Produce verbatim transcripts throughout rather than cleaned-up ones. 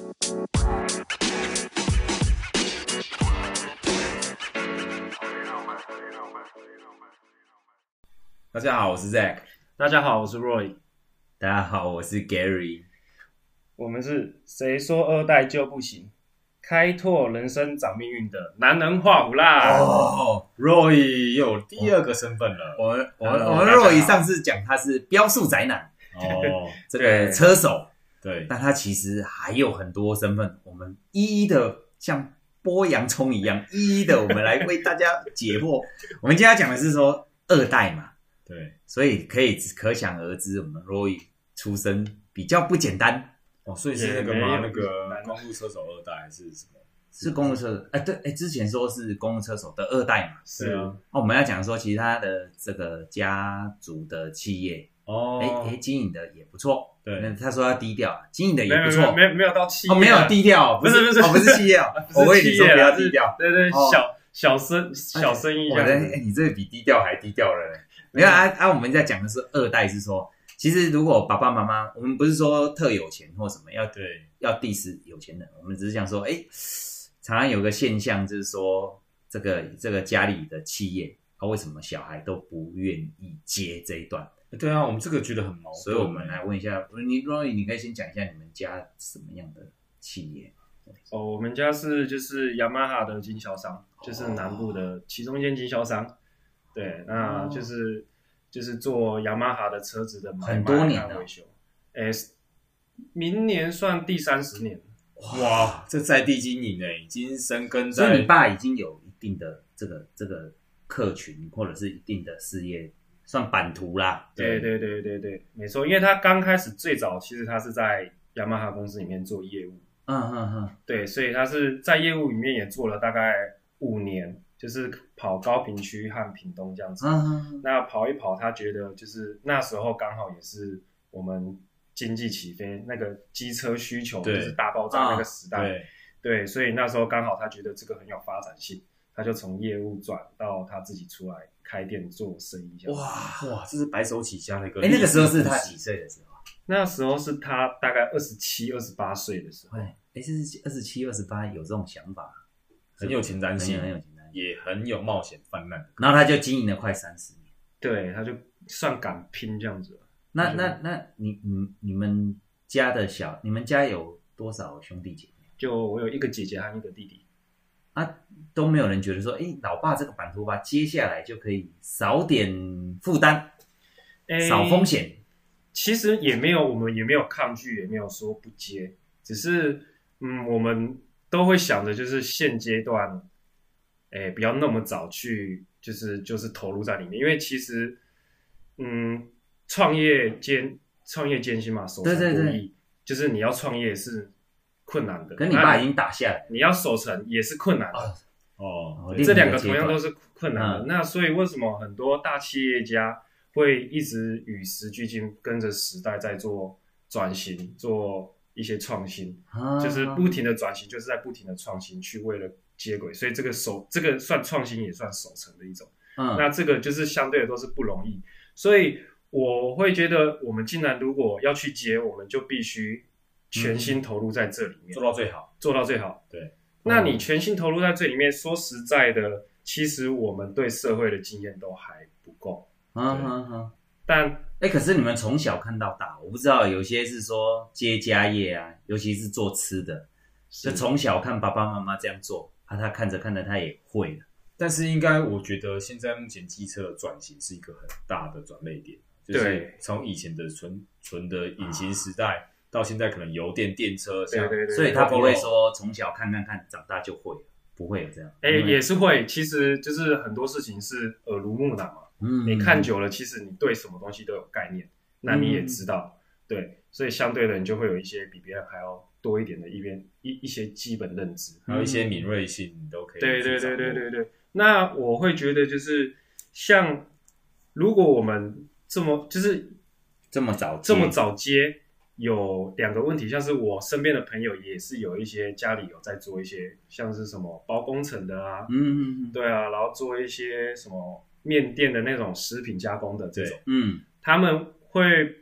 大家好，我是 Zack。 大家好，我是 Roy。 大家好，我是 Gary。 我们是谁说二代就不行？开拓人生长命运的男人画虎啦！ 哦 ，Roy 又有第二个身份了。 我们我们 Hello， 我们大家好 Roy 上次讲他是标速宅男， 哦， 这个车手， 对， 但他其实还有很多身份，我们一一的像剥洋葱一样，一一的我们来为大家解惑。我们今天要讲的是说二代嘛， 对， 所以可以可想而知，我们 Roy 出身比较不简单。 哦，所以是那个也没有吗？那个公路车手二代还是什么？ 是公路车手，哎、对，哎，之前说是公路车手的二代嘛， 是啊， 哦，我们要讲说，其实他的这个家族的企业， 哦， 哎哎，经营的也不错。 对那他说要低调，经营的没有也不错。 没有没有到企业、 哦，没有低调， 不是不是哦，不是企业哦， 不是我为你说不企业啦要低调。 对对， 哦小小生小生意这我的， 样子。 哎，你这个比低调还低调了嘞。没有啊啊，我们在讲的是二代，是说，其实如果爸爸妈妈，我们不是说特有钱或什么要对， 要 diss 有钱人，我们只是想说，哎，常常有个现象就是说，这个这个家里的企业，啊，为什么小孩都不愿意接这一段？ 对啊，我们这个觉得很矛盾， 所以我们来问一下，你 Roy， 你可以先讲一下你们家什么样的企业？ 哦，我们家是就是雅马哈的经销商，就是南部的其中一间经销商。对，那就是、就是做雅马哈的车子的买很多年了卖和维修。诶，明年算第三十年。 哇，这在地经营诶，已经深耕所以在。 你爸已经有一定的这个这个客群，或者是一定的事业，算版图啦。 对对对对对，没错，因为他刚开始最早其实他是在雅马哈公司里面做业务。 嗯嗯嗯， 对，所以他是在业务里面也做了大概五年，就是跑高屏区和屏东这样子。 嗯嗯那跑一跑，他觉得就是那时候刚好也是我们经济起飞，那个机车需求就是大爆炸那个时代。 对， 对，所以那时候刚好他觉得这个很有发展性，他就从业务转到他自己出来开店做生意这样子。 哇， 哇，这是白手起家的一个。 哎，那个时候是他几岁的时候？ 那时候是他大概二十七、二十八岁的时候。 哎，哎，是二十七、二十八，有这种想法， 很有前瞻很性， 有很有前瞻性， 也很有冒险泛滥的。 然后他就经营了快三十年。 对，他就算敢拼这样子了。 那那那你你你们家的小，你们家有多少兄弟姐妹？ 就我有一个姐姐和一个弟弟。 啊，都没有人觉得说，哎，老爸这个版图吧，接下来就可以少点负担，少风险。 其实也没有，我们也没有抗拒，也没有说不接，只是嗯，我们都会想着就是现阶段，哎，不要那么早去，就是就是投入在里面，因为其实嗯，创业艰创业艰辛嘛，守成不易， 对对对， 就是你要创业是困难的， 可你爸已经打下来了， 你要守成也是困难的。 哦， 这两个同样都是困难的。 嗯、 那所以为什么很多大企业家会一直与时俱进，跟着时代在做转型，做一些创新， 啊、 就是不停的转型，就是在不停的创新，去为了接轨。所以这个守这个算创新，也算守成的一种。 嗯， 那这个就是相对的都是不容易。所以我会觉得，我们既然如果要去接，我们就必须全心投入在这里面， 做到最好， 做到最好。 对。 那你全心投入在这里面，说实在的，其实我们对社会的经验都还不够。 嗯嗯嗯。 但哎，可是你们从小看到大，我不知道有些是说接家业啊，尤其是做吃的，就从小看爸爸妈妈这样做，啊，他看着看着他也会了。 但是应该我觉得现在目前机车的转型是一个很大的转捩点，就是从以前的纯纯的隐形时代。到现在可能油电电车， 对对对， 所以他不会说从小看看看，长大就会了，不会有这样。 哎，也是会，其实就是很多事情是耳濡目染嘛。嗯，你看久了，其实你对什么东西都有概念，那你也知道，嗯、对，所以相对的你就会有一些比别人还要多一点的一边一一些基本认知， 还有一些敏锐性，你都可以。 对对对对对对。那我会觉得就是像如果我们这么就是这么早这么早接。有两个问题，像是我身边的朋友也是有一些家里有在做一些像是什么包工程的啊， 嗯嗯嗯， 对啊，然后做一些什么面店的那种食品加工的这种， 嗯， 他们会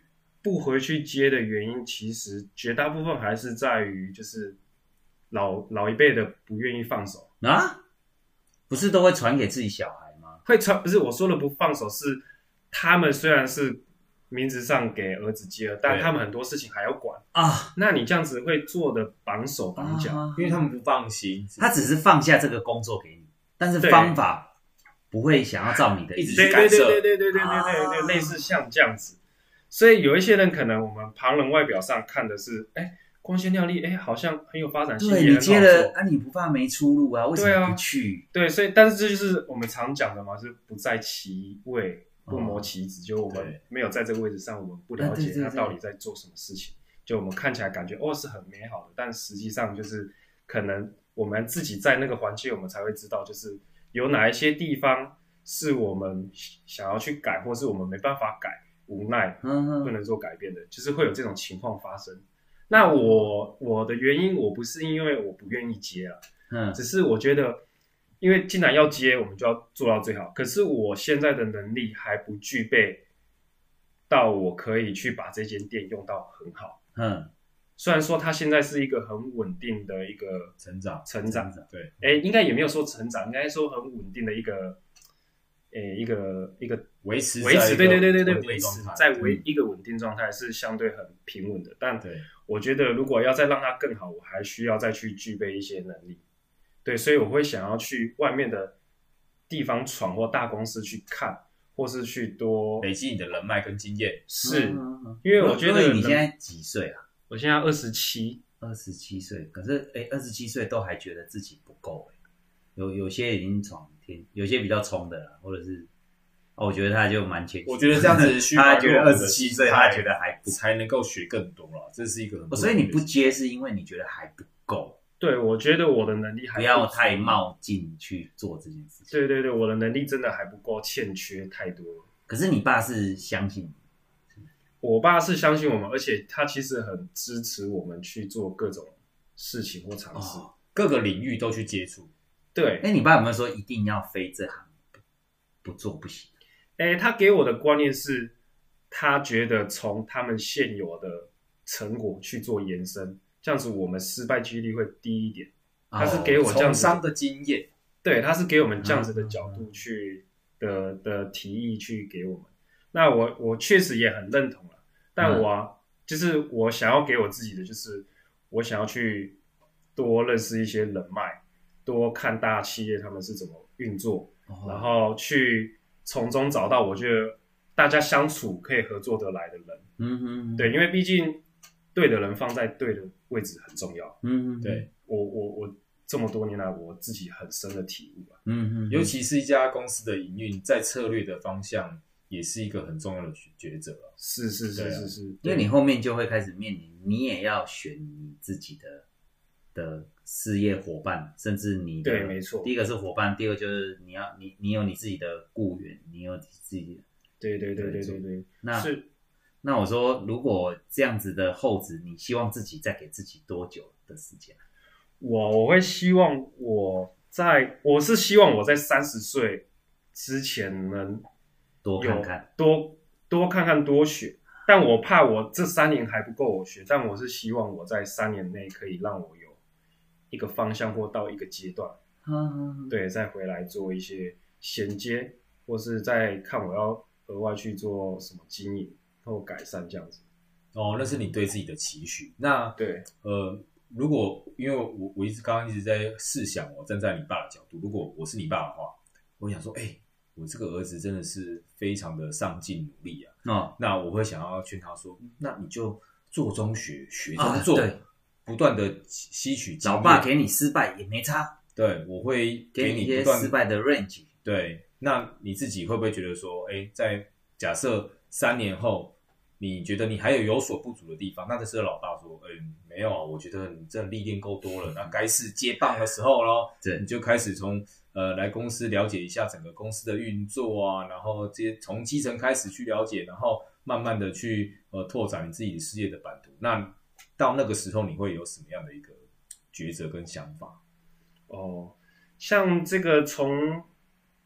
不回去接的原因，其实绝大部分还是在于就是老老一辈的不愿意放手啊，不是都会传给自己小孩吗？ 会传不是我说的不放手，是他们虽然是名字上给儿子接了，但他们很多事情还要管啊。那你这样子会做的绑手绑脚、啊， 因为他们不放心， 他只是放下这个工作给你，但是方法不会想要照你的意思去干涉，对对对对对对对对，类似像这样子。所以有一些人可能我们旁人外表上看的是，哎，光鲜亮丽，哎，好像很有发展性， 对你接了啊，你不怕没出路啊？为什么不去？ 对啊，对，所以但是这就是我们常讲的嘛，是不在其位不谋其职，就我们没有在这个位置上，我们不了解他到底在做什么事情。就我们看起来感觉哦是很美好的，但实际上就是可能我们自己在那个环境，我们才会知道，就是有哪一些地方是我们想要去改，或是我们没办法改。无奈不能做改变的，就是会有这种情况发生。那我我的原因，我不是因为我不愿意接了，嗯，只是我觉得，因为既然要接，我们就要做到最好。可是我现在的能力还不具备到我可以去把这间店用到很好，嗯。虽然说它现在是一个很稳定的一个成长， 成长， 对， 哎，应该也没有说成长，应该说很稳定的一个。诶，一个一个维持维持，对对对对对，维持在维一个稳定状态是相对很平稳的。但我觉得如果要再让它更好，我还需要再去具备一些能力。对，所以我会想要去外面的地方闯或大公司去看，或是去多累积你的人脉跟经验。 是，因为我觉得你现在几岁啊？ 我现在二十七， 二十七岁。可是哎，二十七岁都还觉得自己不够哎，有有些已经闯。有些比较冲的啦，或者是，哦，我觉得他就蛮谦虚。 我觉得这样子， 他觉得二十七岁，他觉得还不才能够学更多啦，这是一个很、 哦。所以你不接是因为你觉得还不够。 对，我觉得我的能力还不, 不要太冒进去做这件事情。 对对对，我的能力真的还不够，欠缺太多了。 可是你爸是相信你， 我爸是相信我们，而且他其实很支持我们去做各种事情或尝试、哦， 各个领域都去接触。 对， 哎，你爸有没有说一定要非这行不不做不行？ 哎，他给我的观念是，他觉得从他们现有的成果去做延伸，这样子我们失败几率会低一点。 哦、 他是给我这样子从商的经验， 对，他是给我们这样子的角度去、嗯、的的提议去给我们。那我我确实也很认同了，但我、啊嗯、就是我想要给我自己的，就是我想要去多认识一些人脉。多看大企业他们是怎么运作、哦，然后去从中找到我觉得大家相处可以合作得来的人。嗯哼嗯，对，因为毕竟对的人放在对的位置很重要。嗯，对我我我这么多年来我自己很深的体悟啊。 嗯哼，尤其是一家公司的营运，在策略的方向也是一个很重要的抉择、啊。 是是是是是， 因为你后面就会开始面临，你也要选你自己的的。事业伙伴，甚至你的对，没错。 第一个是伙伴，第二个就是你要你你有你自己的雇员，你有自己的。 对对对对对对。 那是那我说，如果这样子的后子，你希望自己再给自己多久的时间？ 我我会希望我在，我是希望我在三十岁之前能多看看， 多多看看多学。但我怕我这三年还不够我学，但我是希望我在三年内可以让我有一个方向或到一个阶段，嗯，对，再回来做一些衔接，或是再看我要额外去做什么经营或改善这样子。 哦，那是你对自己的期许。那对，呃，如果因为我我一直刚刚一直在试想，我站在你爸的角度，如果我是你爸的话，我想说，哎、欸，我这个儿子真的是非常的上进努力啊。哦，那我会想要劝他说，那你就做中学，学中做。啊，不断的吸取经验， 老爸给你失败也没差。 对，我会给你一些失败的 range。 对，那你自己会不会觉得说，哎，在假设三年后，你觉得你还有有所不足的地方，那这时候老爸说，哎，没有啊，我觉得你真的历练够多了，那该是接棒的时候咯。对，你就开始从呃来公司了解一下整个公司的运作啊，然后接从基层开始去了解，然后慢慢的去呃拓展你自己的事业的版图。那到那个时候，你会有什么样的一个抉择跟想法？ 哦，像这个从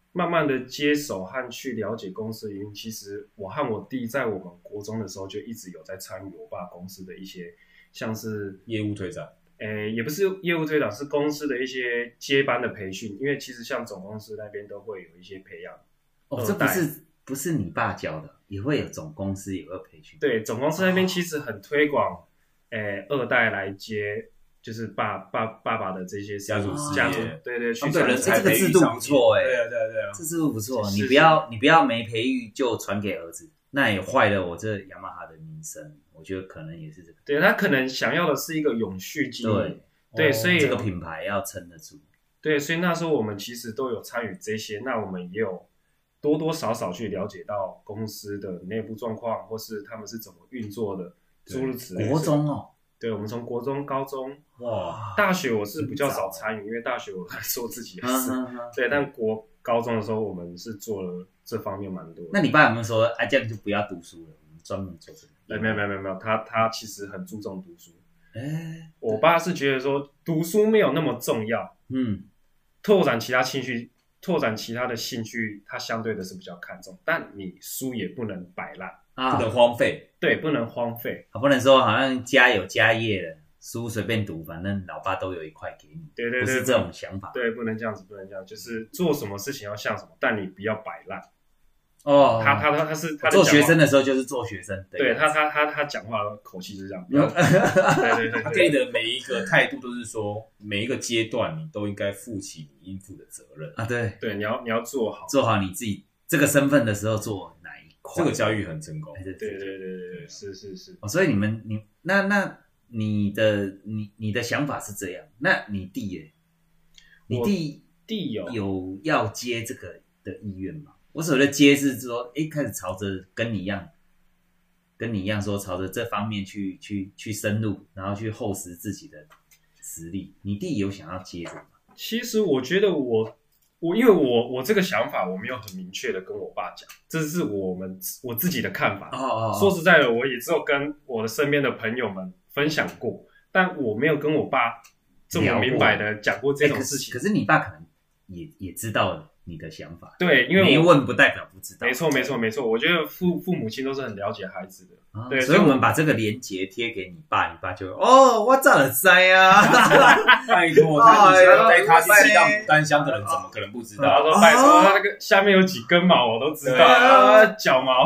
慢慢的接手和去了解公司的原因，其实我和我弟在我们国中的时候就一直有在参与我爸公司的一些像是业务推展， 诶，也不是业务推广，是公司的一些接班的培训。因为其实像总公司那边都会有一些培养。 哦，这不是不是你爸教的，也会有总公司也会培训。 对，总公司那边其实很推广，诶、哦，二代来接，就是爸爸爸爸的这些家族事业， 家族对对，去对人才这个制度不错哎、 欸，对啊对啊对啊， 这制度不错， 是你不要你不要没培育就传给儿子，那也坏了我这雅马哈的名声。我觉得可能也是这个， 对他可能想要的是一个永续经营。 对对， 哦所以这个品牌要撑得住。 对，所以那时候我们其实都有参与这些，那我们也有多多少少去了解到公司的内部状况，或是他们是怎么运作的，诸如此类。 国中哦， 对，我们从国中、高中、 哇， 大学我是比较少参与，因为大学我在做自己的事。 嗯嗯嗯对，但国高中的时候，我们是做了这方面蛮多的。 那你爸有没有说啊，这样就不要读书了，我们专门做这个？ 哎，没有没有没有没有，他他其实很注重读书。 哎， 我爸是觉得说读书没有那么重要， 嗯， 拓展其他兴趣，拓展其他的兴趣，他相对的是比较看重。但你书也不能摆烂， 啊， 不能荒废， 对，不能荒废。 不能说好像家有家业了，书随便读，反正老爸都有一块给你， 对对对， 不是这种想法。 对，不能这样子，不能这样，就是做什么事情要像什么，但你不要摆烂。 哦， 他他他他是他的做讲话学生的时候就是做学生， 对他他他他讲话的口气就是这样，不要对对对他对给你的每一个态度都是说，每一个阶段你都应该负起你应负的责任啊，对， 对，你要你要做好， 做好你自己这个身份的时候做哪一块， 这个教育很成功。 对对对对对对，是是是。 哦，所以你们你那那你的你你的想法是这样，那你弟耶？你弟弟有有要接这个的意愿吗？我所谓的接是说，一开始朝着跟你一样，跟你一样说朝着这方面去去去深入，然后去厚实自己的实力。你弟有想要接这个吗？ 其实我觉得我我因为我我这个想法我没有很明确的跟我爸讲，这是我们我自己的看法。 哦哦哦说实在的，我也只有跟我的身边的朋友们分享过，但我没有跟我爸这么明白的讲过这种事情。 欸、可是可是你爸可能也也知道你的想法， 对，因为没问不代表不知道。 没错没错没错，我觉得父父母亲都是很了解孩子的。 啊、 对， 所以我们把这个连结贴给你爸，你爸就哦，我早就知啊， 拜托，他以前带他去吃到牡丹香的人，怎么可能不知道？ 他说拜托，他那个下面有几根毛我都知道，啊，脚毛。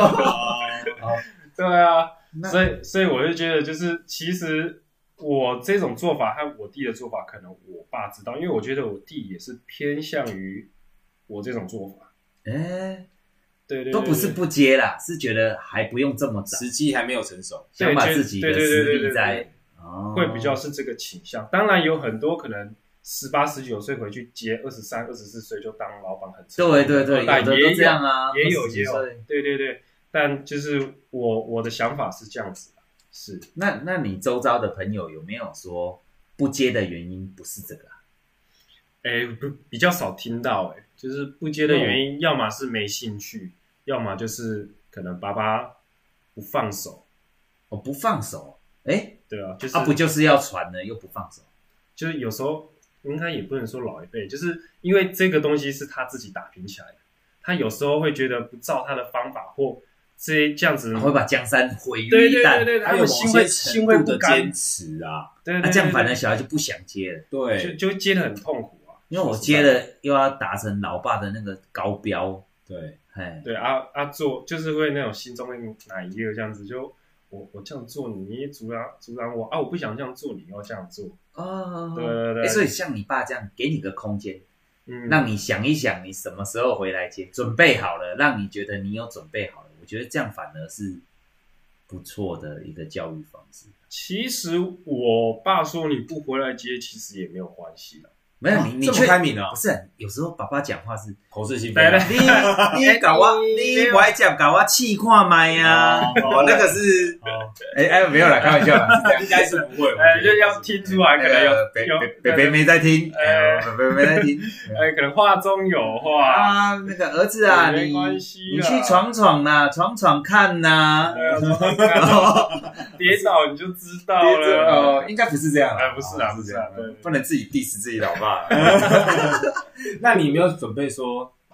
对啊，所以所以我就觉得，就是其实我这种做法和我弟的做法，可能我爸知道，因为我觉得我弟也是偏向于我这种做法。 哎、欸， 对 对, 对， 都不是不接啦，是觉得还不用这么早， 时机还没有成熟， 想把自己的实力在， 会比较是这个倾向。当然有很多可能十八、十九岁回去接，二十三、二十四岁就当老板很成功。 对对对，有的都这样啊， 也有也有，对对对。但就是我我的想法是这样子的，是。 那那你周遭的朋友有没有说不接的原因不是这个、啊？ 哎，不比较少听到、欸，哎，就是不接的原因，要么是没兴趣，要么就是可能爸爸不放手。 哦，不放手，哎、欸， 对啊，就是啊，不就是要传呢，又不放手， 就是有时候应该也不能说老一辈，就是因为这个东西是他自己打拼起来的，他有时候会觉得不照他的方法或。这这样子、 啊、会把江山毁于一旦， 对对对对， 还有心会心会不甘坚持啊， 对对对， 那、啊、这样反而小孩就不想接了， 对， 就就接得很痛苦啊。 因为我接了又要达成老爸的那个高标， 对， 哎， 对啊啊做就是会那种心中会哪一个这样子，就我我这样做你也阻挡阻挡我啊，我不想这样做你要这样做哦， 对对对， 欸、所以像你爸这样给你个空间。 嗯， 让你想一想，你什么时候回来接，准备好了，让你觉得你有准备好了，我觉得这样反而是不错的一个教育方式。 其实我爸说你不回来接，其实也没有关系啦。 没有、哦、你，你这么开明啊！ 不是，有时候爸爸讲话是口是心非、啊。 你你搞我，你不爱讲搞我气看麦呀！哦，那个是，哎哎、欸欸，没有啦，开玩笑啦， 应该是不会。 哎、欸，就要听出来，可能有北北北没在听，哎，北北没在听， 哎，可能话中有话啊。那个儿子啊，你你去闯闯啦，闯闯看呐。 跌倒你就知道了。 哦，应该不是这样， 哎，不是啊， 不是这样，不能自己 diss 自己老爸。 那你没有准备说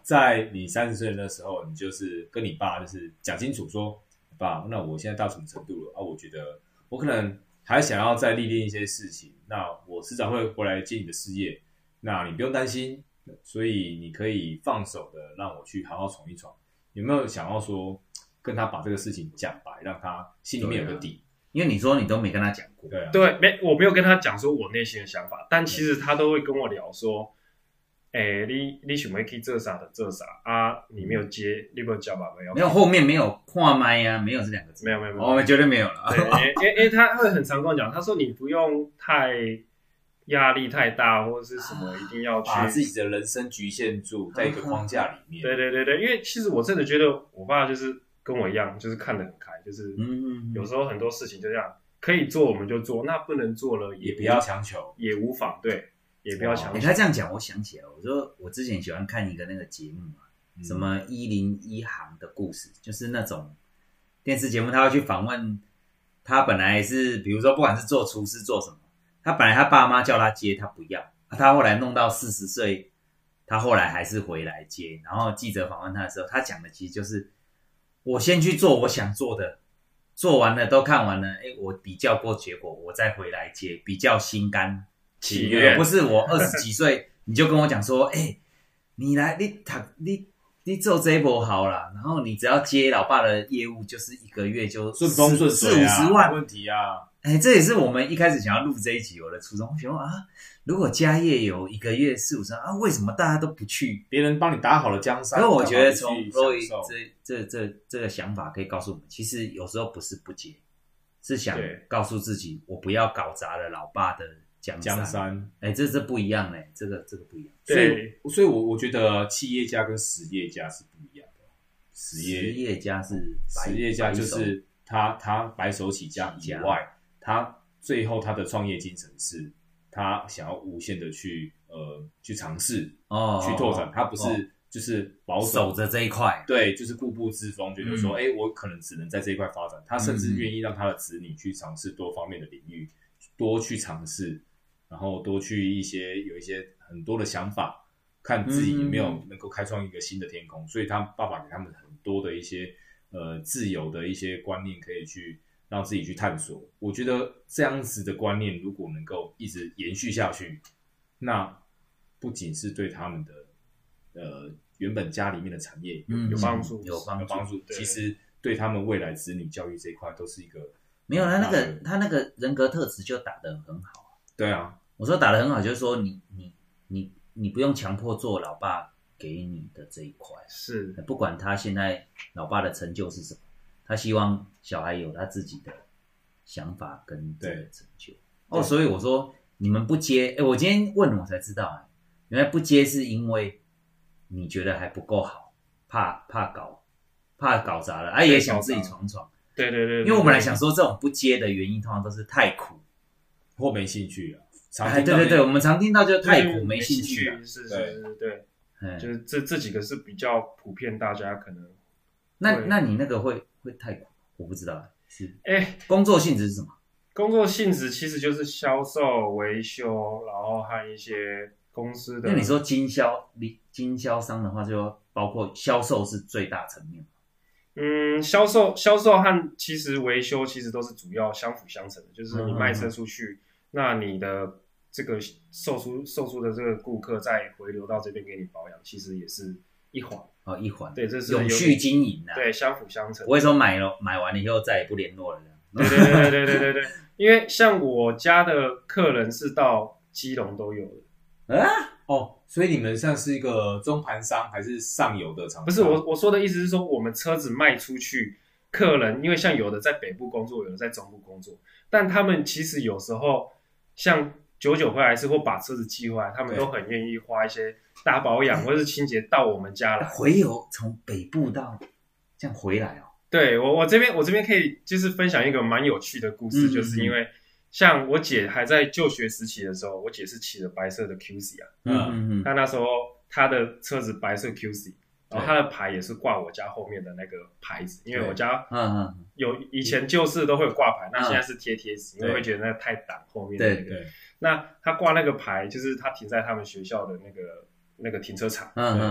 在你三十岁的那时候，你就是跟你爸就是讲清楚说，爸，那我现在到什么程度了啊？我觉得我可能还想要再历练一些事情，那我迟早会回来接你的事业，那你不用担心，所以你可以放手的让我去好好闯一闯。有没有想要说跟他把这个事情讲白，让他心里面有个底？ 因为你说你都没跟他讲过， 对啊， 对，没我没有跟他讲说我内心的想法，但其实他都会跟我聊说，哎、欸，你你想要去做啥的做啥啊？你没有接，你没有交吧？没有， 没有后面没有跨麦啊，没有这两个字， 没有没有没有， 我们绝对没有了。 对，因为因为他会很常跟我讲，他说你不用太压力太大，或者是什么一定要去把自己的人生局限住在一个框架里面。 对对对对，因为其实我真的觉得我爸就是跟我一样，就是看得很开，就是嗯， 有时候很多事情就这样，可以做我们就做，那不能做了也也不要强求， 也无妨，对，也不要强求。 欸、他这样讲，我想起来，我说我之前喜欢看一个那个节目嘛， 嗯、 什么一零一行的故事，就是那种电视节目，他会去访问他本来是，比如说不管是做厨师做什么，他本来他爸妈叫他接，他不要，他后来弄到四十岁，他后来还是回来接。然后记者访问他的时候，他讲的其实就是我先去做我想做的，做完了都看完了，哎，我比较过结果，我再回来接，比较心甘情愿，不是我二十几岁你就跟我讲说，哎，你来你读你你做这一波好啦，然后你只要接老爸的业务，就是一个月就顺风顺水啊， 四五十万没问题啊。 哎，这也是我们一开始想要录这一集我的初衷。我想说啊，如果家业有一个月四五十万啊，为什么大家都不去？ 别人帮你打好了江山。 所以我觉得从 Roy 这这这这这个想法可以告诉我们，其实有时候不是不接，是想告诉自己，我不要搞砸了老爸的江山。江山，哎，这这不一样哎，这个这个不一样。 所以，所以我我觉得企业家跟实业家是不一样的。实业实业家是实业家就是他他白手起家以外。他最后他的创业精神是，他想要无限的去呃去尝试哦，去拓展，他不是就是保守守着这一块， 对，就是固步自封，觉得说，哎、嗯，我可能只能在这一块发展。他甚至愿意让他的子女去尝试多方面的领域，多去尝试，然后多去一些有一些很多的想法，看自己有没有能够开创一个新的天空。所以他爸爸给他们很多的一些呃自由的一些观念，可以去。让自己去探索，我觉得这样子的观念如果能够一直延续下去，那不仅是对他们的呃原本家里面的产业有有帮助， 有帮有帮助，其实对他们未来子女教育这一块都是一个没有他那个他那个人格特质就打得很好啊。 对啊， 我说打得很好，就是说你你你你不用强迫做老爸给你的这一块， 是不管他现在老爸的成就是什么。他希望小孩有他自己的想法跟这个成就哦，所以我说你们不接，哎，我今天问我才知道，哎，原来不接是因为你觉得还不够好，怕怕搞，怕搞砸了，哎、啊，也想自己闯闯。 对对 对, 对， 因为我们来想说，这种不接的原因通常都是太苦或没兴趣啊。 哎，对对对，我们常听到就是太苦没兴趣了， 是是是是，对，就是这这几个是比较普遍，大家可能。 那那你那个会会太苦？我不知道，是哎， 工作性质是什么？ 工作性质其实就是销售、维修，然后和一些公司的。 那你说经销、经销商的话，就包括销售是最大层面。 嗯，销售、销售和其实维修其实都是主要相辅相成的，就是你卖车出去，嗯、那你的这个售出售出的这个顾客再回流到这边给你保养，其实也是一环。 哦，一环， 对，这是永续经营啊， 对，相辅相成。 不会说买了买完了以后再也不联络了这样。对对对对对对对，因为像我家的客人是到基隆都有的。 啊，哦，所以你们像是一个中盘商还是上游的厂商？ 不是，我我说的意思是说，我们车子卖出去，客人因为像有的在北部工作，有的在中部工作，但他们其实有时候像久久回来是或把车子寄回来，他们都很愿意花一些大保养或者是清洁到我们家来。 回游从北部到这样回来哦。 对，我我这边我这边可以就是分享一个蛮有趣的故事，嗯、就是因为像我姐还在就学时期的时候，我姐是骑了白色的 Q C 啊，嗯嗯，她那时候她的车子白色 Q C， 然后她的牌也是挂我家后面的那个牌子，因为我家嗯嗯有以前旧式都会有挂牌，那现在是贴贴纸，因为会觉得那太挡后面的那个。那她挂那个牌，就是她停在他们学校的那个那个停车场，嗯嗯，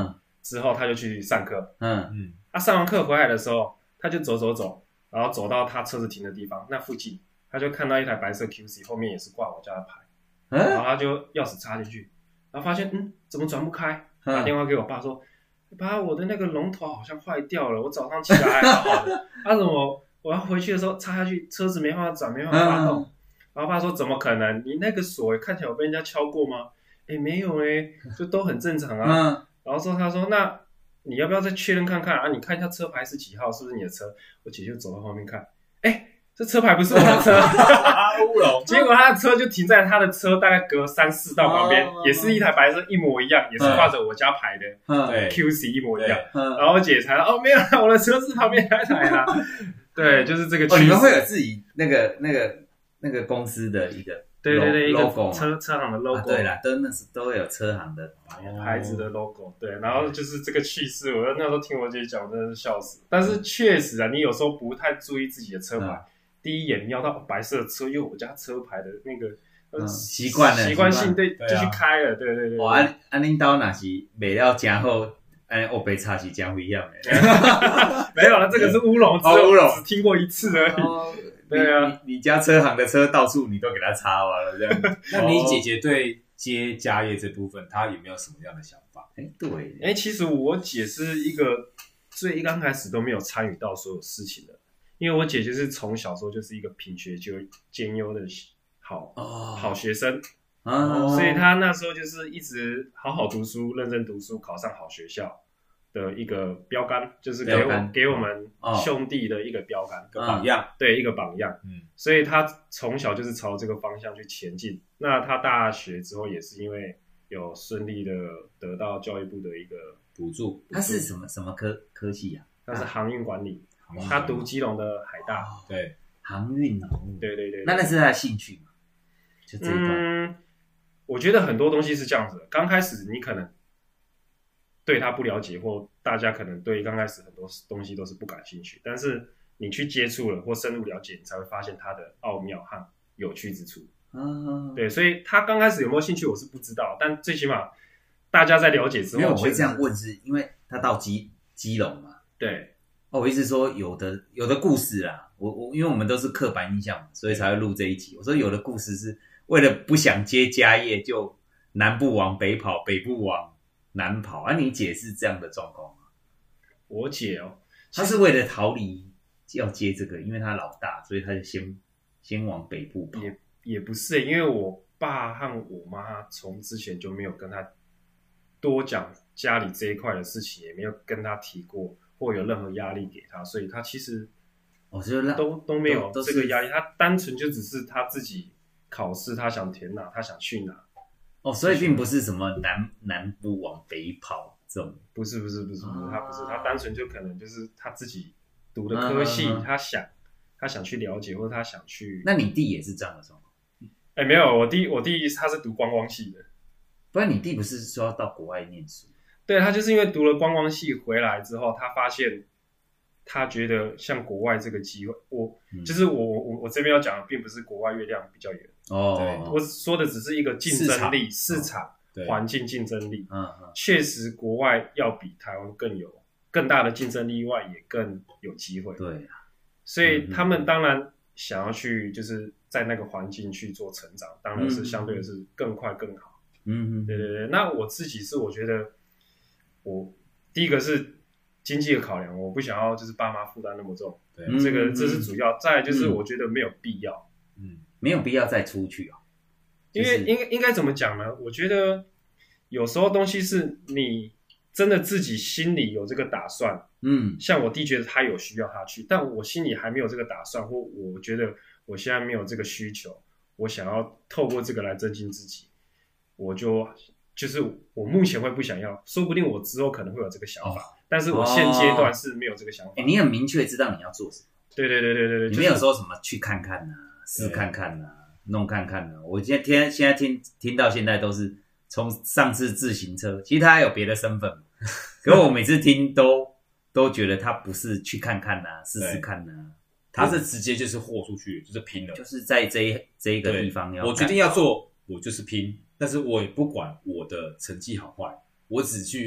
之后，他就去上课。 嗯嗯， 他、啊、上完课回来的时候，他就走走走，然后走到他车子停的地方，那附近他就看到一台白色 Q C， 后面也是挂我家的牌， 嗯， 然后他就钥匙插进去，然后发现嗯怎么转不开，打电话给我爸说，爸，我的那个龙头好像坏掉了，我早上起来还好好的，他、啊、怎么我要回去的时候插下去，车子没办法转，没办法发动。嗯、然后爸说怎么可能？你那个锁看起来有被人家敲过吗？哎，没有哎，就都很正常啊。嗯、然后说他说那你要不要再确认看看啊？你看一下车牌是几号，是不是你的车？我姐就走到后面看，哎，这车牌不是我的车。结果他的车就停在他的车大概隔三四道旁边，哦、也是一台白色一模一样，也是挂着我家牌的， 嗯、 Q C 一模一样。然后我姐才哦没有啦，我的车子旁边那台啦。对，就是这个趋势。 哦，你们会有自己那个那个那个公司的一个。 对对对， logo 一个车车行的 logo，、 啊、对啦，都那是都会有车行的牌子的 logo， 对，然后就是这个趣事，我那时候听我姐讲，真的是笑死。但是确实啊，你有时候不太注意自己的车牌，嗯、第一眼瞄到白色的车，又我家车牌的那个呃习惯了， 习惯性对，就去开了，对对对。 哦，安安领导那是卖了真好，安乌白茶是真危险的。 没有了，这个是乌龙，只有只听过一次而已。哦对啊， 你你家车行的车到处你都给他插完了，这样。 那你姐姐对接家业这部分，她有没有什么样的想法？ 哎，对， 哎，其实我姐是一个最刚开始都没有参与到所有事情的，因为我姐就是从小时候就是一个品学就兼优的好、哦、好学生，哦、所以她那时候就是一直好好读书，认真读书，考上好学校。的一个标杆，就是给我给我们兄弟的一个标杆， 一个榜样， 对，一个榜样。嗯，所以他从小就是朝这个方向去前进。那他大学之后也是因为有顺利的得到教育部的一个补助。 他是什么什么科科系啊？ 他是航运管理，他读基隆的海大。 哦、对， 航运哦。 对对 对, 对。 那那是他的兴趣嘛？就这一段。 嗯，我觉得很多东西是这样子的。刚开始你可能对他不了解，或大家可能对刚开始很多东西都是不感兴趣，但是你去接触了或深入了解，你才会发现它的奥妙和有趣之处。嗯，对，所以他刚开始有没有兴趣我是不知道，但最起码大家在了解之后， 因为我会这样问是因为他到基基隆嘛。 对， 哦，我一直说有的有的故事啦，我我因为我们都是刻板印象，所以才会录这一集。我说有的故事是为了不想接家业，就南部往北跑，北部往南跑啊，你姐是这样的状况吗？ 我姐哦， 她是为了逃离要接这个，因为她老大，所以她就先先往北部跑。 也也不是，因为我爸和我妈从之前就没有跟她多讲家里这一块的事情，也没有跟她提过，或有任何压力给她，所以她其实哦，就都都没有这个压力，她单纯就只是她自己考试，她想填哪，她想去哪。 哦，所以并不是什么南南部往北跑这种， 不是不是不是不是，他不是，他单纯就可能就是他自己读的科系，嗯、他想他想去了解，或者他想去。 那你弟也是这样的状况？ 哎，没有，我弟我弟他是读观光系的， 不然你弟不是说要到国外念书？ 对，他就是因为读了观光系回来之后，他发现他觉得像国外这个机会，我、嗯、就是我我我这边要讲的，并不是国外月亮比较圆。哦，对，我说的只是一个竞争力、市场、环境竞争力。嗯嗯，确实国外要比台湾更有更大的竞争力，外也更有机会。 对啊， 所以他们当然想要去，就是在那个环境去做成长，当然是相对的是更快更好。嗯嗯，对对对。那我自己是我觉得，我第一个是经济的考量，我不想要就是爸妈负担那么重，对，这个这是主要。再来就是我觉得没有必要。 嗯。没有必要再出去哦， 因为应该应该怎么讲呢？我觉得有时候东西是你真的自己心里有这个打算，嗯，像我弟觉得他有需要他去，但我心里还没有这个打算，或我觉得我现在没有这个需求，我想要透过这个来增进自己，我就就是我目前会不想要，说不定我之后可能会有这个想法，哦、但是我现阶段是没有这个想法。 欸、你很明确知道你要做什么， 对对对对对对， 你没有说什么去看看啊。试看看啊，弄看看啊！我现在听现在听听到现在都是从上次自行车，其实他还有别的身份，可是我每次听都都觉得他不是去看看啊，试试看啊， 他是直接就是豁出去，就是拼了， 就是在这一这一个地方要我决定要做，我就是拼，但是我也不管我的成绩好坏，我只去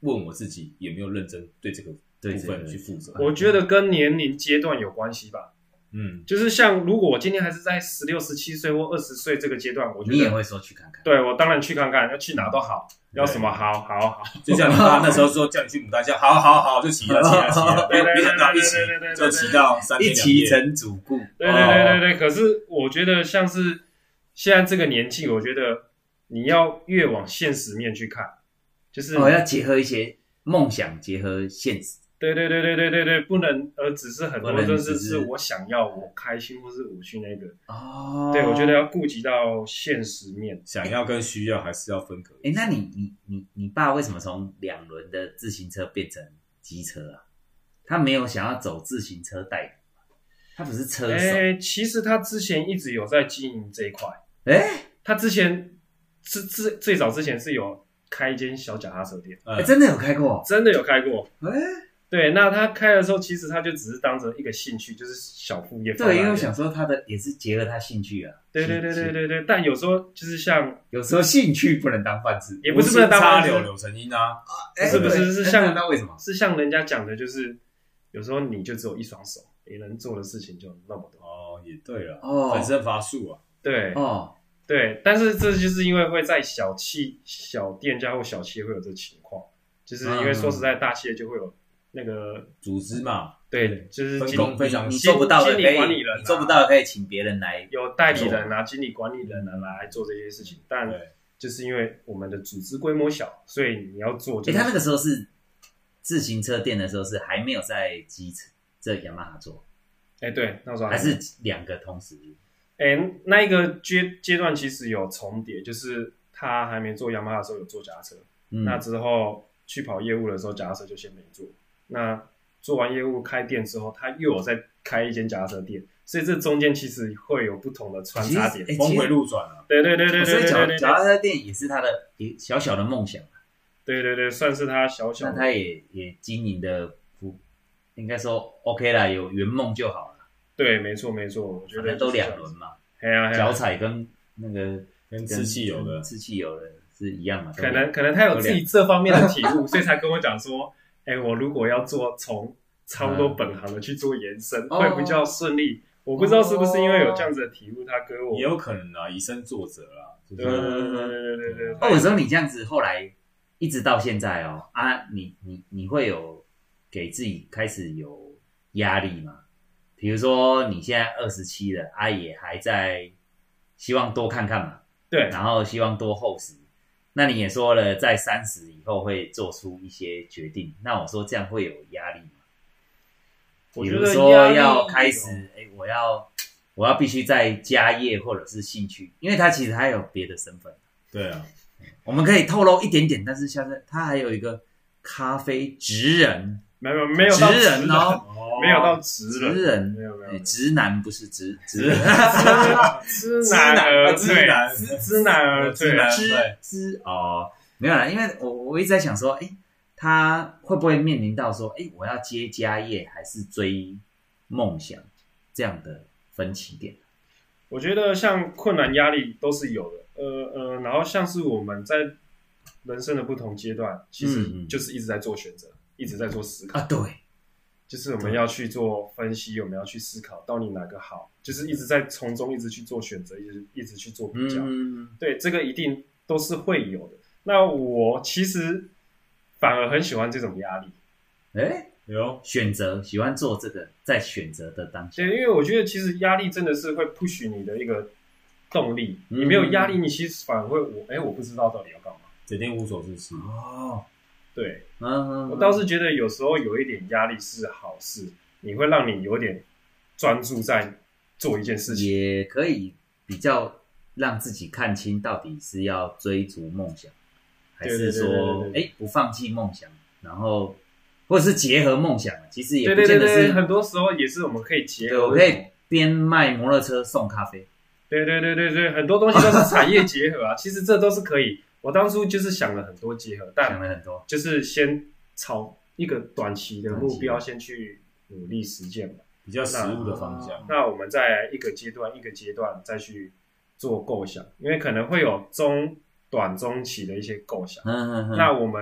问我自己有没有认真对这个部分去负责。 我觉得跟年龄阶段有关系吧。 嗯， 就是像如果我今天还是在十六、十七岁或二十岁这个阶段，我觉得你也会说去看看。 对，我当然去看看，要去哪都好，要什么好好好。 就像你爸那时候说叫你去牡丹江，好好好就骑了骑了骑了，没没想到一骑就骑到三天一两夜， 骑成主顾。 对对对对对。可是我觉得像是现在这个年纪，我觉得你要越往现实面去看，就是哦，要结合一些梦想，结合现实。 对对对对对对对，不能呃，只是很多都是不能只是是我想要，我开心，或是我去那个。 哦， 对，我觉得要顾及到现实面， 想要跟需要还是要分隔。 哎，那你你你你爸为什么从两轮的自行车变成机车啊？他没有想要走自行车代理吗？他不是车手。 哎，其实他之前一直有在经营这一块。 哎， 他之前是最最早之前是有开一间小脚踏车店， 哎，真的有开过， 真的有开过。 哎。 对，那他开的时候，其实他就只是当成一个兴趣，就是小副业。 对，因为我想说他的也是结合他兴趣啊。 对对对对对对，但有时候就是像有时候兴趣不能当饭吃， 也不是不能当饭吃， 柳柳成荫啊， 不是不是是像那为什么？ 是像人家讲的，就是有时候你就只有一双手，你能做的事情就那么多。 哦，也对了， 哦， 粉身乏术啊。 对， 哦， 对，但是这就是因为会在小企、小店家或小企业会有这情况，就是因为说实在，大企业就会有。那个组织嘛， 对，就是分工非常， 你做不到的可以， 经理管理人、啊， 你做不到的可以请别人来， 有代理人啊、经理管理人啊来做这些事情。但就是因为我们的组织规模小，所以你要做、就是。 哎，他那个时候是自行车店的时候是还没有在机车这雅马哈做， 哎，对，那时候还是两个同时。 哎，那一个阶阶段其实有重叠，就是他还没做雅马哈的时候有做脚踏车， 嗯、 那之后去跑业务的时候，脚踏车就先没做。那做完业务开店之后，他又有再开一间脚踏车店，所以这中间其实会有不同的穿插点， 峰回路转啊。 对对对对对对， 所以脚踏车店也是他的小小的梦想。 对对对，算是他小小的。 那他也也经营的不，应该说 OK 啦，有圆梦就好了。 对，没错没错，我觉得都两轮嘛， 啊， 脚踩跟那个跟吃汽油的吃汽油的是一样嘛。 可能可能他有自己这方面的体悟，所以才跟我讲说。哎，我如果要做从差不多本行的去做延伸，嗯、会比较顺利。我不知道是不是因为有这样子的体悟，他跟我也有可能啊，以身作则啦。 对对对对对对对。 哦，有时候你这样子，后来一直到现在哦，啊，你你你会有给自己开始有压力吗？比如说你现在二十七了，啊，也还在希望多看看嘛， 对， 然后希望多厚实。那你也说了，在三十以后会做出一些决定。那我说这样会有压力吗？ 我觉得比如说要开始，哎，我要我要必须在家业或者是兴趣，因为他其实还有别的身份。 对啊， 我们可以透露一点点，但是现在他还有一个咖啡职人， 没有没有到职人哦， 没有到职人， 职人没有没有， 直男不是直直直男而直男直男而直男直直哦，没有啦，因为我我一直在想说，哎，他会不会面临到说，哎，我要接家业还是追梦想这样的分歧点？ 我觉得像困难压力都是有的，呃呃，然后像是我们在人生的不同阶段，其实就是一直在做选择，嗯、一直在做思考啊，对。 就是我们要去做分析，我们要去思考到底哪个好，就是一直在从中一直去做选择，一直一直去做比较。 嗯、 对，这个一定都是会有的。那我其实反而很喜欢这种压力。 哎，有选择，喜欢做这个，在选择的当下。 对，因为我觉得其实压力真的是会 push 你的一个动力。嗯、你没有压力，你其实反而会我哎，我不知道到底要干嘛， 整天无所事事。 哦。 对， 嗯， 我倒是觉得有时候有一点压力是好事，你会让你有点专注在做一件事情， 也可以比较让自己看清到底是要追逐梦想，还是说哎不放弃梦想，然后或者是结合梦想，其实也不见得是， 对对对对，很多时候也是我们可以结合， 我可以边卖摩托车送咖啡， 对对对对对，很多东西都是产业结合啊，其实这都是可以。我当初就是想了很多结合，但想了很多， 就是先朝一个短期的目标先去努力实践嘛， 比较实务的方向。 那我们在一个阶段一个阶段再去做构想，因为可能会有中短中期的一些构想。 嗯嗯嗯。 那我们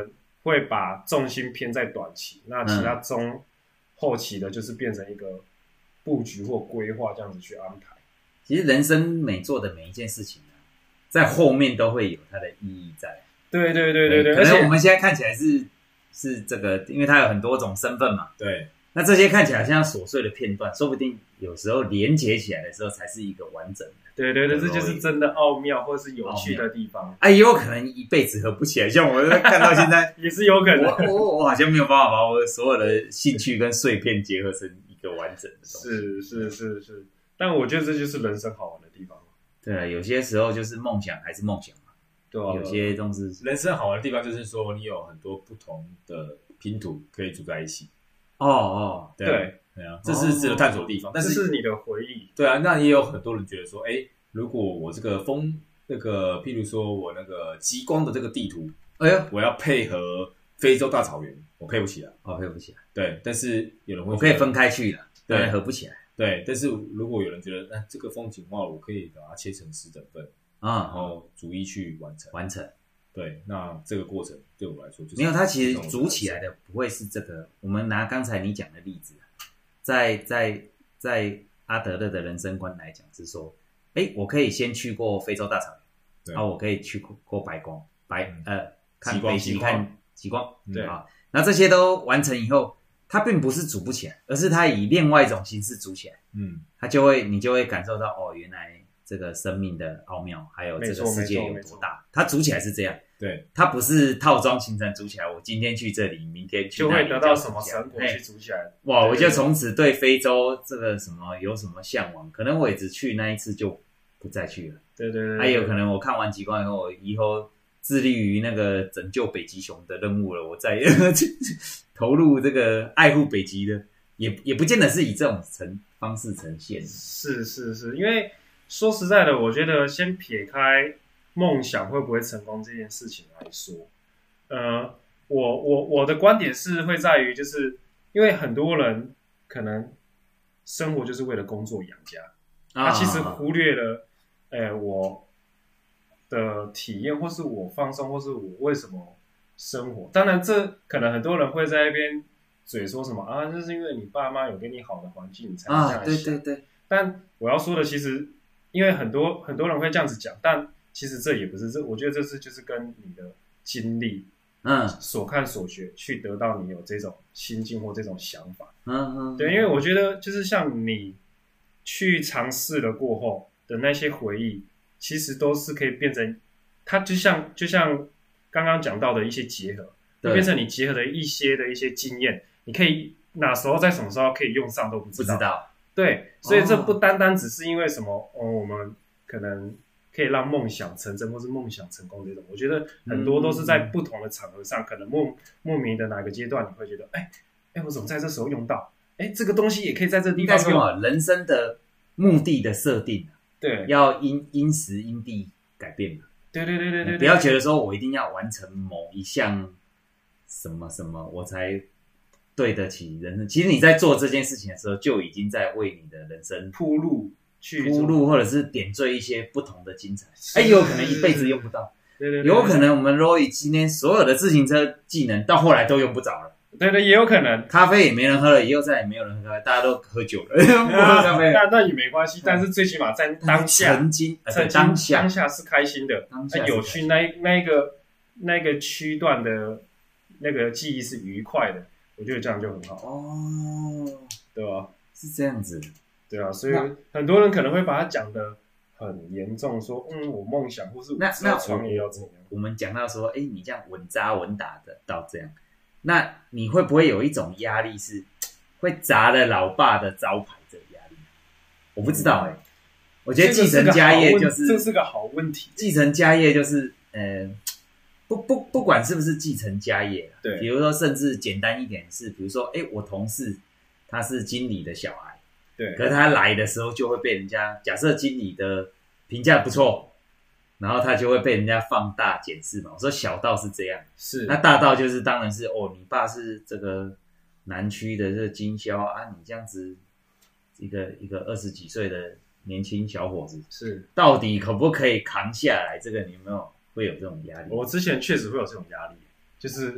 会把重心偏在短期，那其他中、嗯、后期的就是变成一个布局或规划这样子去安排。 其实人生每做的每一件事情、啊、在后面都会有它的意义在。 对对对对对， 可能我们现在看起来是是这个，因为它有很多种身份嘛。 对。 那这些看起来像琐碎的片段，说不定有时候连结起来的时候才是一个完整的。 对对对，这就是真的奥妙或是有趣的地方。 啊，也有可能一辈子合不起来，像我看到现在也是有可能。 我我我好像没有办法把我所有的兴趣跟碎片结合成一个完整的东西。 是是是是，但我觉得这就是人生好玩的地方。 对啊，有些时候就是梦想还是梦想嘛。 对啊， 有些东西人生好玩的地方就是说，你有很多不同的拼图可以组在一起。 哦哦， 对对对啊，这是值得探索的地方。 哦、 但是这是你的回忆。 对啊，那也有很多人觉得说，哎，如果我这个风那个，譬如说我那个极光的这个地图， 哎呦， 我要配合非洲大草原，我配不起来。 哦，配不起来。 对，但是有人会我可以分开去了， 对， 合不起来。 对，但是如果有人觉得，那、呃、这个风景画我可以把它切成十等份啊，然后逐一去完成完成。 对，那这个过程对我来说就是没有，它其实组起来的不会是这个。我们拿刚才你讲的例子，在在在阿德勒的人生观来讲是说，哎，我可以先去过非洲大草原，然后我可以去过白光白、嗯、呃看北极看极光， 对啊，那这些都完成以后，它并不是组不起来，而是它以另外一种形式组起来， 嗯， 它就会你就会感受到哦，原来这个生命的奥妙，还有这个世界有多大，它组起来是这样。 对， 它不是套装行程组起来，我今天去这里，明天去那里就会得到什么成果去组起来。 哇，我就从此对非洲这个什么有什么向往，可能我也只去那一次就不再去了。 对对对， 还有可能我看完极光以后，我以后致力于那个拯救北极熊的任务了，我再投入这个爱护北极的，也也不见得是以这种呈方式呈现。 是是是，因为说实在的，我觉得先撇开梦想会不会成功这件事情来说，呃，我我我的观点是会在于，就是因为很多人可能生活就是为了工作养家，他、啊、其实忽略了，呃，我的体验，或是我放松，或是我为什么生活。当然，这可能很多人会在那边嘴说什么啊，那是因为你爸妈有给你好的环境，你才能这样想。 啊，对对对。 但我要说的，其实因为很多很多人会这样子讲，但其实这也不是，这我觉得这是就是跟你的经历， 嗯， 所看所学去得到你有这种心境或这种想法， 嗯嗯， 对，因为我觉得就是像你去尝试了过后的那些回忆，其实都是可以变成，它就像就像刚刚讲到的一些结合，会变成你结合的一些的一些经验，你可以哪时候在什么时候可以用上都不知道， 不知道， 对，所以这不单单只是因为什么，哦，我们可能可以让梦想成真，或是梦想成功这种，我觉得很多都是在不同的场合上，嗯、可能莫莫名的哪个阶段，你会觉得，哎哎，我怎么在这时候用到？哎，这个东西也可以在这地方用。 啊，人生的目的的设定， 对， 要因因时因地改变嘛。 对对对对 对, 对， 不要觉得说我一定要完成某一项什么什么，我才对得起人生。其实你在做这件事情的时候，就已经在为你的人生铺路。去铺路，或者是点缀一些不同的精彩，哎，有可能一辈子用不到， 对对对， 有可能我们 Roy 今天所有的自行车技能到后来都用不着了， 对对，也有可能， 咖啡也没人喝了，以后再也没有人喝咖啡，大家都喝酒了，不喝咖啡， 那那也没关系，但是最起码在当下， 曾经， 曾经当下， 当下是开心的， 当下有趣，那那一个那个区段的那个记忆是愉快的，我觉得这样就很好哦， 对吧？ 是这样子。 对啊，所以很多人可能会把它讲得很严重，说嗯，我梦想或是我之后创业要怎样。 我们讲到说，哎，你这样稳扎稳打的到这样，那你会不会有一种压力是会砸了老爸的招牌这个压力？我不知道哎、欸，我觉得继承家业就是这是个好问题。 继承家业就是呃，不不不管是不是继承家业， 对， 比如说甚至简单一点是，比如说哎，我同事他是经理的小孩。 对， 可是他来的时候就会被人家假设经理的评价不错，然后他就会被人家放大检视嘛。我说小道是这样， 是那大道就是当然是哦，你爸是这个南区的这个经销啊，你这样子一个一个二十几岁的年轻小伙子， 是到底可不可以扛下来？这个你有没有会有这种压力？ 我之前确实会有这种压力，就是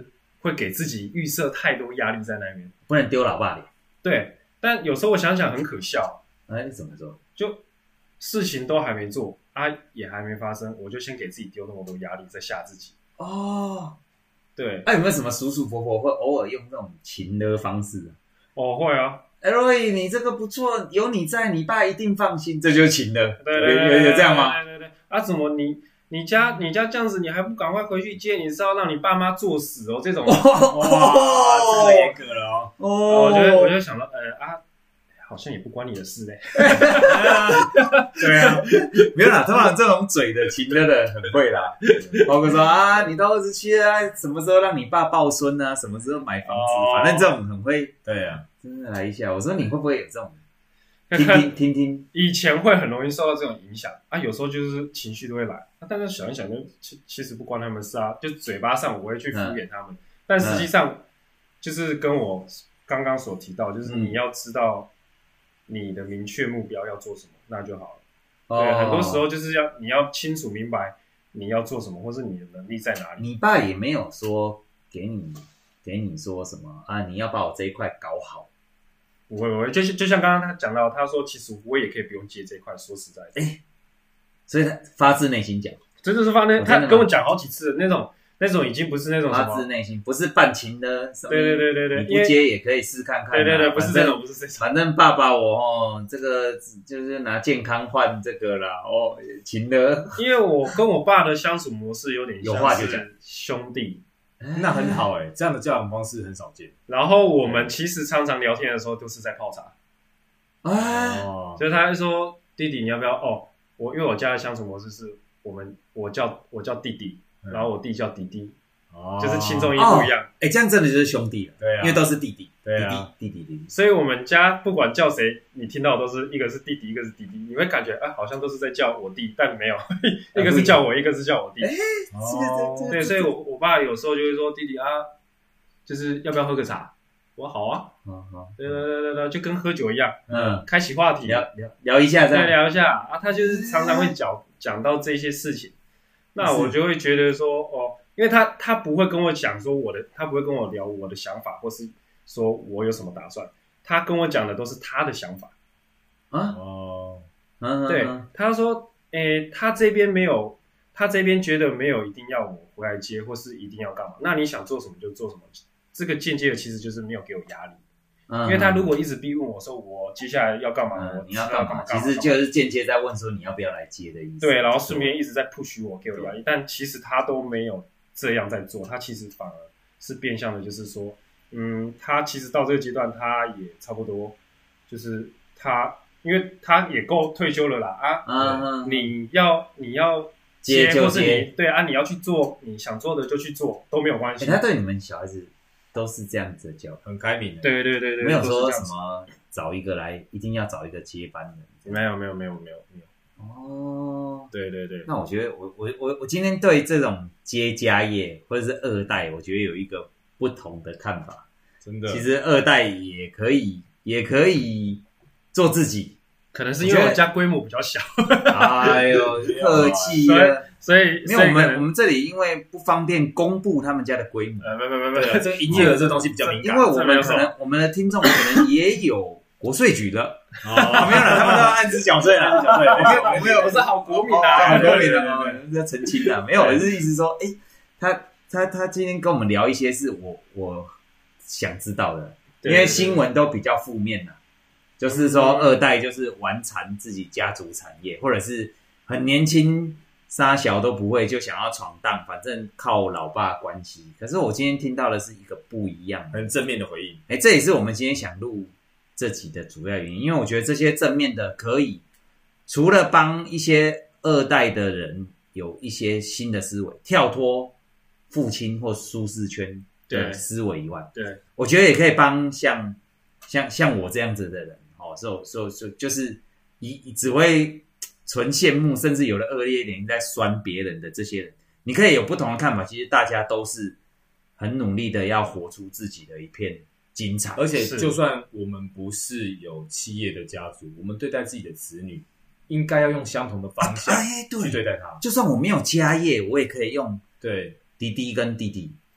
会给自己预设太多压力在那边， 不能丢老爸脸。 对，但有时候我想想很可笑， 哎，怎么说？ 就事情都还没做啊，也还没发生，我就先给自己丢那么多压力，再吓自己。 哦， 对， 那、啊、有没有什么叔叔伯伯会偶尔用这种情勒方式啊？ 哦，会啊。 哎、欸，若你这个不错，有你在，你爸一定放心，这就是情勒。 对对对， 有有这样吗？ 对对对。啊，怎么你你家你家这样子，你还不赶快回去接？你是要让你爸妈作死哦？这种哇， 这个严格了哦。 哦，我就我就想到，呃啊，好像也不关你的事嘞。 对啊，没有啦，通常这种嘴的情勒的很会啦。包括说啊，你到二十七了，什么时候让你爸抱孙啊？什么时候买房子？哦、反正这种很会。 对啊， 真的来一下，我说你会不会有这种？听听听听， 以前会很容易受到这种影响啊，有时候就是情绪都会来，啊、但是想一想就其其实不关他们事啊，就嘴巴上我会去敷衍他们，嗯、但实际上就是跟我刚刚所提到，就是你要知道你的明确目标要做什么，那就好了。哦、对，很多时候就是要你要清楚明白你要做什么，或是你的能力在哪里。 你爸也没有说给你给你说什么啊，你要把我这一块搞好。 不会不会，就就像刚刚他讲到，他说其实我也可以不用接这块，说实在的， 哎，所以他发自内心讲， 真的是发自，他跟我讲好几次那种，那种已经不是那种什么发自内心，不是半情的， 对对对对对， 你不接也可以试看看、啊， 对对对，不是这种，不是这种， 反正爸爸我哦，这个就是拿健康换这个啦，哦，情的， 因为我跟我爸的相处模式有点有话就讲兄弟。 那很好哎、欸，这样的教养方式很少见。 然后我们其实常常聊天的时候都是在泡茶， 哦， 就是他会说弟弟你要不要哦，我因为我家的相处模式是我们我叫我叫弟弟，嗯、然后我弟叫弟弟，哦、就是轻重义不一样。 哎、哦欸，这样真的就是兄弟了， 对啊， 因为都是弟弟， 对啊， 弟弟弟弟弟。 所以我们家不管叫谁，你听到都是一个是弟弟，一个是弟弟，你会感觉啊好像都是在叫我弟，但没有，一个是叫我，一个是叫我弟。 哎、欸，哦， 对，所以我我爸有时候就会说弟弟啊，就是要不要喝个茶？我好啊， 好好， 对对对对对，就跟喝酒一样， 嗯， 开启话题， 聊聊聊一下， 再聊一下啊。他就是常常会讲讲到这些事情，那我就会觉得说哦，因为他他不会跟我讲说我的，他不会跟我聊我的想法，或是说我有什么打算，他跟我讲的都是他的想法啊。 哦， 对，他说，诶，他这边没有，他这边觉得没有一定要我回来接，或是一定要干嘛，那你想做什么就做什么。这个间接的其实就是没有给我压力，嗯、因为他如果一直逼问我说我接下来要干嘛， 嗯、 我你要干嘛，其实就是间接在问说你要不要来接的意思。 对，然后顺便一直在 push 我，给我压力，但其实他都没有这样在做，他其实反而是变相的，就是说，嗯，他其实到这个阶段，他也差不多，就是他，因为他也够退休了啦啊， 嗯、 你要你要接就接， 或是你对啊，你要去做你想做的就去做，都没有关系。 欸、他对你们小孩子都是这样子的教育， 很开明的。 对对对对， 没有说什么找一个来，一定要找一个接班人。 没有没有没有没有没有。 哦， 对对对。 那我觉得我我我我今天对这种接家业或者是二代，我觉得有一个不同的看法。 真的， 其实二代也可以也可以做自己。 可能是因为我家规模比较小， 哎呦，客气了。 所以， 因为我们我们这里因为不方便公布他们家的规模， 呃，没没没没， 这个营业额这东西比较敏感， 因为我们可能我们的听众可能也有国税局的， 哦，没有了，他们都要按时缴税了，缴税， 我没有，我是好国民啊， 好国民的，要澄清的，没有，我是意思说，哎，他他他今天跟我们聊一些是我我想知道的，因为新闻都比较负面了。就是说，二代就是玩残自己家族产业，或者是很年轻，杀小都不会，就想要闯荡，反正靠老爸关系。可是我今天听到的是一个不一样的， 很正面的回应。 哎，这也是我们今天想录这集的主要原因，因为我觉得这些正面的可以，除了帮一些二代的人有一些新的思维，跳脱父亲或舒适圈的思维以外， 对， 我觉得也可以帮像像像我这样子的人。哦，所所所就是以只会纯羡慕，甚至有的恶劣一点在酸别人的这些人，你可以有不同的看法。其实大家都是很努力的，要活出自己的一片精彩。 而且，就算我们不是有企业的家族，我们对待自己的子女，应该要用相同的方向去对待他。 就算我没有家业，我也可以用对弟弟跟弟弟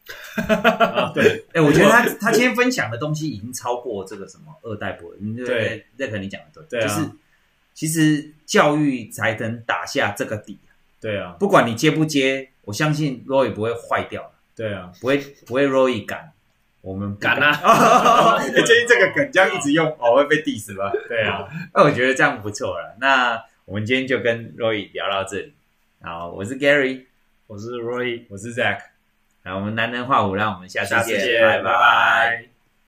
啊，对， 哎、我觉得他他今天分享的东西已经超过这个什么二代博人， 对， 这可你讲的对， 对啊， 就是其实教育才能打下这个底。 对啊， 不管你接不接，我相信 Roy 不会坏掉， 对啊， 不会不会 Roy 赶，我们不敢啊！ 最近这个梗这样一直用，哦会被 diss 吧？ 对啊， 那我觉得这样不错了。那我们今天就跟 Roy 聊到这里。好，我是 Gary， 我是 Roy， 我是 Zach， 好，我们男人画虎，让我们下次见， 下次见， 拜拜拜。